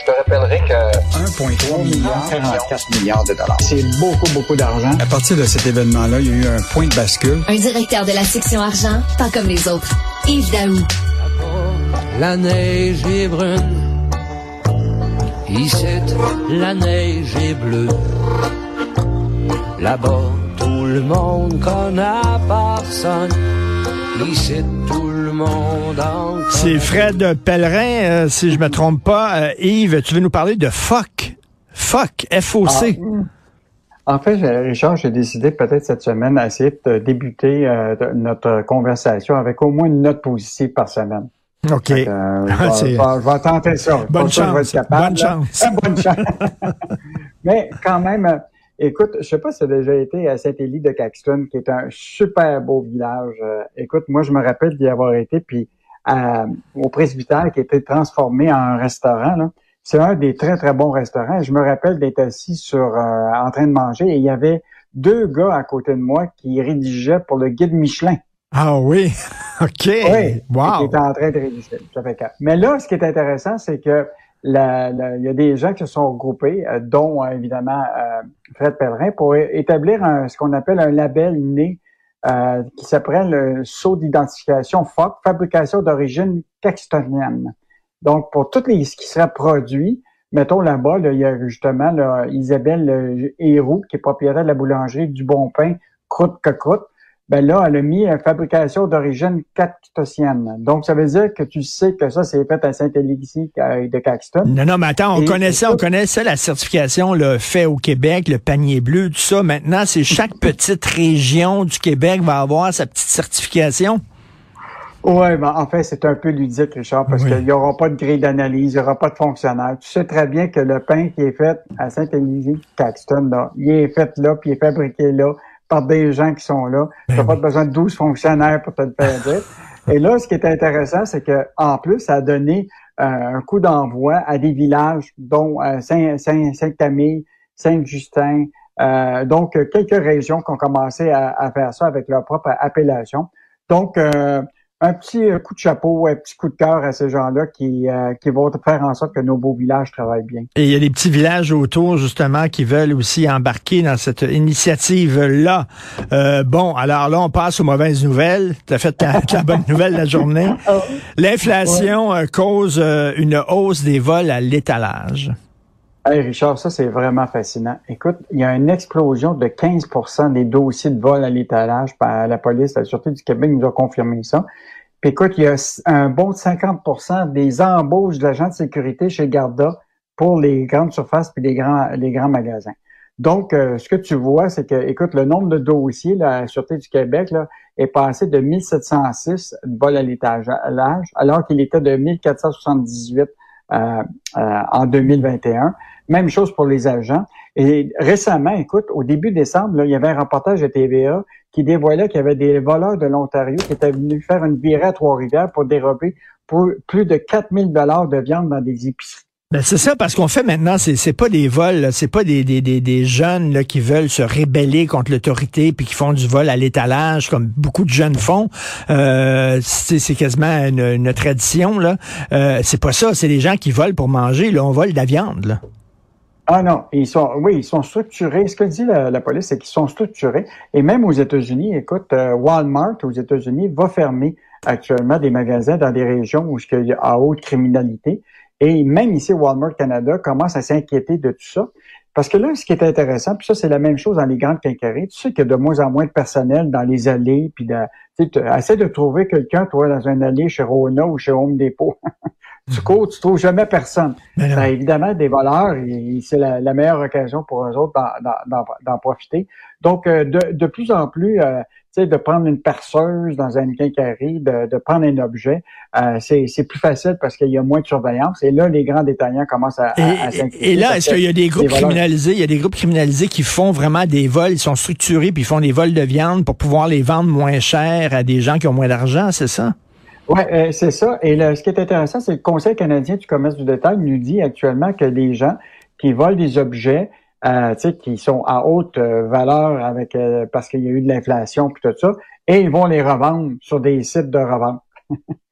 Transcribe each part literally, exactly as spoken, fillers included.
Je te rappellerai que un virgule trois milliard, quarante-quatre milliards de dollars. C'est beaucoup, beaucoup d'argent. À partir de cet événement-là, il y a eu un point de bascule. Un directeur de la section argent, pas comme les autres. Yves Daou. La neige est brune, ici la neige est bleue. Là-bas, tout le monde connaît personne. Ici, tout le monde en connaît. C'est Fred Pellerin, euh, si je me trompe pas. Euh, Yves, tu veux nous parler de F O C. F O C, F O C. Ah, en fait, Richard, j'ai décidé peut-être cette semaine d'essayer de débuter euh, de notre conversation avec au moins une note positive par semaine. OK. Donc, euh, je, vais, je, vais, je vais tenter ça. Bonne chance. Je vais être capable, Bonne chance. Bonne chance. Mais quand même, écoute, je sais pas si tu as déjà été à Saint-Élie de Caxton, qui est un super beau village. Euh, écoute, moi, je me rappelle d'y avoir été, puis euh, au presbytère qui a été transformé en restaurant, là. C'est un des très, très bons restaurants. Je me rappelle d'être assis sur euh, en train de manger et il y avait deux gars à côté de moi qui rédigeaient pour le guide Michelin. Ah oui, OK. Oui, wow. Qui étaient en train de rédiger. Ça fait que... Mais là, ce qui est intéressant, c'est que la, la, il y a des gens qui se sont regroupés, euh, dont euh, évidemment euh, Fred Pellerin, pour établir un, ce qu'on appelle un label né euh, qui s'appelle le sceau d'identification F O C, fabrication d'origine caxtonienne. Donc, pour tous les ce qui sera produit, mettons là-bas, là, il y a justement là, Isabelle Héroux, qui est propriétaire de la boulangerie du Bon Pain, croûte que croûte. Ben là, elle a mis une fabrication d'origine caxtonienne. Donc, ça veut dire que tu sais que ça, c'est fait à Saint-Élie de Caxton. Non, non, mais attends, on Et, connaissait, on connaissait la certification là, fait au Québec, le panier bleu, tout ça. Maintenant, c'est chaque petite région du Québec va avoir sa petite certification. Oui, ben, en fait, c'est un peu ludique, Richard, parce oui. qu'il n'y aura pas de grille d'analyse, il n'y aura pas de fonctionnaire. Tu sais très bien que le pain qui est fait à Saint-Élie-Caxton, là, il est fait là, puis il est fabriqué là, par des gens qui sont là. Tu n'as pas besoin de douze fonctionnaires pour te le faire dire. Et là, ce qui est intéressant, c'est que en plus, ça a donné euh, un coup d'envoi à des villages, dont euh, Saint, Saint, Sainte-Camille, Saint-Justin, euh, donc quelques régions qui ont commencé à, à faire ça avec leur propre appellation. Donc, euh, un petit coup de chapeau, un petit coup de cœur à ces gens-là qui euh, qui vont faire en sorte que nos beaux villages travaillent bien. Et il y a des petits villages autour, justement, qui veulent aussi embarquer dans cette initiative-là. Euh, bon, alors là, on passe aux mauvaises nouvelles. Tu as fait ta, ta bonne nouvelle de la journée. L'inflation ouais. euh, cause euh, une hausse des vols à l'étalage. Hey Richard, ça c'est vraiment fascinant. Écoute, il y a une explosion de quinze pour cent des dossiers de vol à l'étalage par la police, la Sûreté du Québec nous a confirmé ça. Puis écoute, il y a un bon cinquante pour cent des embauches d'agents de sécurité chez Garda pour les grandes surfaces puis les grands les grands magasins. Donc, euh, ce que tu vois, c'est que, écoute, le nombre de dossiers là, à la Sûreté du Québec là, est passé de mille sept cent six vols à l'étalage, alors qu'il était de mille quatre cent soixante-dix-huit euh, euh, en deux mille vingt et un. Même chose pour les agents. Et récemment, écoute, au début décembre, là, il y avait un reportage de T V A qui dévoilait qu'il y avait des voleurs de l'Ontario qui étaient venus faire une virée à Trois-Rivières pour dérober pour plus de quatre mille dollars de viande dans des épiceries. Ben c'est ça, parce qu'on fait maintenant, c'est c'est pas des vols, là, c'est pas des des des, des jeunes là, qui veulent se rebeller contre l'autorité puis qui font du vol à l'étalage comme beaucoup de jeunes font. Euh, c'est c'est quasiment une, une tradition là. Euh, c'est pas ça, c'est des gens qui volent pour manger. Là, on vole de la viande. Là. Ah non, ils sont, oui, ils sont structurés. Ce que dit la, la police, c'est qu'ils sont structurés. Et même aux États-Unis, écoute, euh, Walmart aux États-Unis va fermer actuellement des magasins dans des régions où il y a à haute criminalité. Et même ici, Walmart Canada commence à s'inquiéter de tout ça. Parce que là, ce qui est intéressant, puis ça, c'est la même chose dans les grandes quincailleries. Tu sais qu'il y a de moins en moins de personnel dans les allées, puis de, tu sais, essaie de trouver quelqu'un, toi, dans un allée chez Rona ou chez Home Depot. Tu cours, tu trouves jamais personne. Ben, évidemment, des voleurs, et c'est la, la meilleure occasion pour eux autres d'en, d'en, d'en profiter. Donc, euh, de, de plus en plus, euh, tu sais, de prendre une perceuse dans une quincaillerie, de, de prendre un objet, euh, c'est, c'est plus facile parce qu'il y a moins de surveillance. Et là, les grands détaillants commencent à, et, à, à s'inquiéter. Et là, est-ce qu'il y a des groupes criminalisés? Il y a des groupes criminalisés qui font vraiment des vols, ils sont structurés, puis ils font des vols de viande pour pouvoir les vendre moins cher à des gens qui ont moins d'argent, c'est ça? Oui, euh, c'est ça. Et là, ce qui est intéressant, c'est que le Conseil canadien du commerce du détail nous dit actuellement que les gens qui volent des objets, euh, tu sais, qui sont à haute euh, valeur avec euh, parce qu'il y a eu de l'inflation puis tout ça, et ils vont les revendre sur des sites de revente.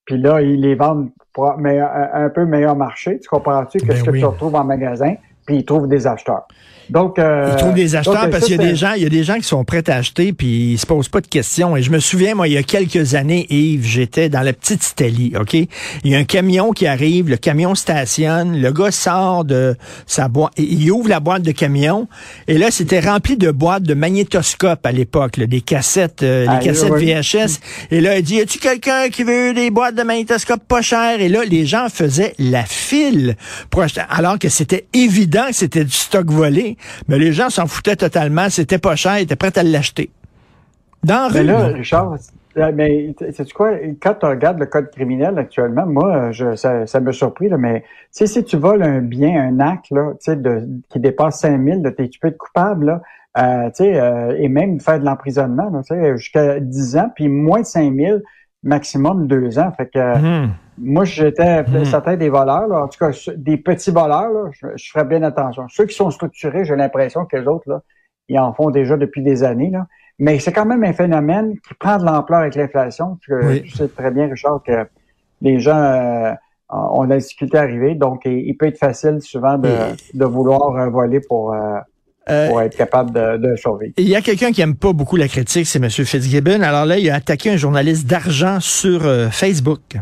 puis là, ils les vendent pour un, un peu meilleur marché, tu comprends-tu, que ben ce que oui. tu retrouves en magasin, puis ils trouvent des acheteurs. Donc, euh, ils trouvent des acheteurs donc, parce ça, qu'il y a des gens, il y a des gens qui sont prêts à acheter puis ils se posent pas de questions. Et je me souviens, moi, il y a quelques années, Yves, j'étais dans la petite Italie, OK? Il y a un camion qui arrive, le camion stationne, le gars sort de sa boîte, il ouvre la boîte de camion et là, c'était rempli de boîtes de magnétoscopes à l'époque, là, des cassettes, euh, les ah, cassettes oui. V H S. Et là, il dit, y a-tu quelqu'un qui veut des boîtes de magnétoscopes pas chères? Et là, les gens faisaient la file pour acheter, alors que c'était évident que c'était du stock volé. Mais les gens s'en foutaient totalement. C'était pas cher. Ils étaient prêts à l'acheter. Dans mais rue, là, là. Richard, mais sais-tu quoi? Quand tu regardes le code criminel actuellement, moi, je, ça, ça me surprit, là, mais tu sais, si tu voles un bien, un acte, là, tu sais, de, qui dépasse cinq mille, là, t'es, tu peux être coupable, là, euh, tu sais, euh, et même faire de l'emprisonnement, là, tu sais, jusqu'à dix ans, puis moins de cinq mille, maximum deux ans. Fait que Mmh. moi, j'étais Mmh. certain des voleurs, là, en tout cas, des petits voleurs, là, je, je ferais bien attention. Ceux qui sont structurés, j'ai l'impression que les autres, là, ils en font déjà depuis des années, là. Mais c'est quand même un phénomène qui prend de l'ampleur avec l'inflation. Tu, oui. tu sais très bien, Richard, que les gens euh, ont de la difficulté à arriver. Donc, il, il peut être facile souvent de, Et... de vouloir euh, voler pour, euh, euh, pour être capable de, de survivre. Il y a quelqu'un qui aime pas beaucoup la critique, c'est M. Fitzgibbon. Alors là, il a attaqué un journaliste d'argent sur euh, Facebook.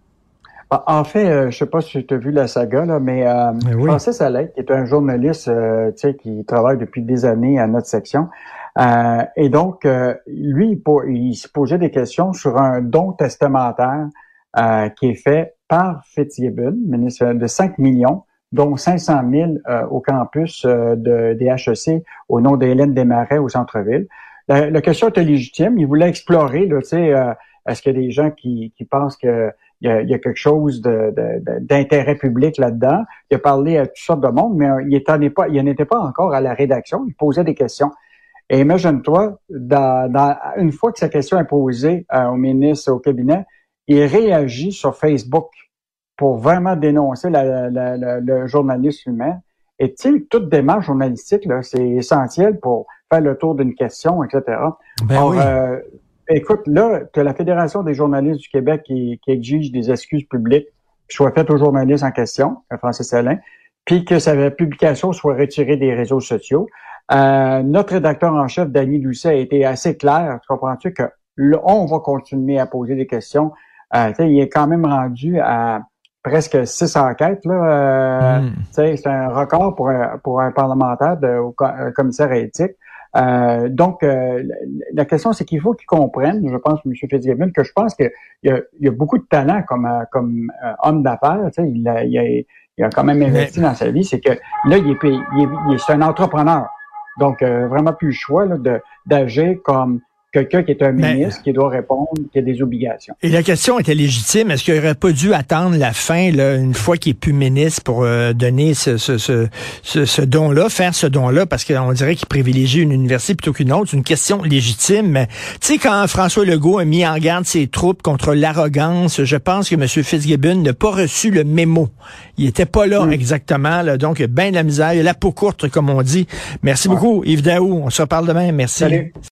En fait, euh, je sais pas si tu as vu la saga, là, mais, euh, mais oui. Francis Allais, qui est un journaliste euh, tu sais, qui travaille depuis des années à notre section, euh, et donc, euh, lui, il, il se posait des questions sur un don testamentaire euh, qui est fait par Fitzgibbon, ministre de cinq millions, dont cinq cent mille euh, au campus euh, de, des H E C au nom d'Hélène Desmarais au centre-ville. La, la question était légitime. Il voulait explorer, là, tu sais, euh, est-ce qu'il y a des gens qui, qui pensent que Il y, a, il y a quelque chose de, de, de, d'intérêt public là-dedans. Il a parlé à toutes sortes de monde, mais il n'en pas, il n'était pas encore à la rédaction. Il posait des questions. Et imagine-toi, dans, dans, une fois que sa question est posée euh, au ministre, au cabinet, il réagit sur Facebook pour vraiment dénoncer la, la, la, le journaliste humain. Et tu sais, toute démarche journalistique, là, c'est essentiel pour faire le tour d'une question, et cetera. Ben Or, oui. euh, écoute, là, tu as la Fédération des journalistes du Québec qui, qui exige des excuses publiques qui soient faites aux journalistes en question, Francis Alain, puis que sa publication soit retirée des réseaux sociaux. Euh, notre rédacteur en chef, Danny Doucet, a été assez clair, tu comprends-tu, que là, on va continuer à poser des questions. Euh, il est quand même rendu à presque six enquêtes, là. Euh, mm. C'est un record pour un, pour un parlementaire de, au commissaire à éthique. Euh, donc, euh, la question, c'est qu'il faut qu'ils comprennent, je pense, M. Fitzgibbon, que je pense qu'il y a, il y a beaucoup de talent comme, comme euh, homme d'affaires. Tu sais, il, a, il, a, il a quand même investi Mais... dans sa vie. C'est que là, il est, il est, il est c'est un entrepreneur. Donc, euh, vraiment plus le choix là, de, d'agir comme quelqu'un qui est un ministre, Mais... qui doit répondre, qui a des obligations. Et la question était légitime. Est-ce qu'il n'aurait pas dû attendre la fin, là, une fois qu'il est plus ministre, pour euh, donner ce, ce, ce, ce, ce don-là, faire ce don-là, parce qu'on dirait qu'il privilégie une université plutôt qu'une autre. C'est une question légitime. Mais tu sais, quand François Legault a mis en garde ses troupes contre l'arrogance, je pense que M. Fitzgibbon n'a pas reçu le mémo. Il était pas là mmh. exactement. Là, donc, ben de la misère. Il a la peau courte, comme on dit. Merci ouais. beaucoup, Yves Daou. On se reparle demain. Merci. Salut.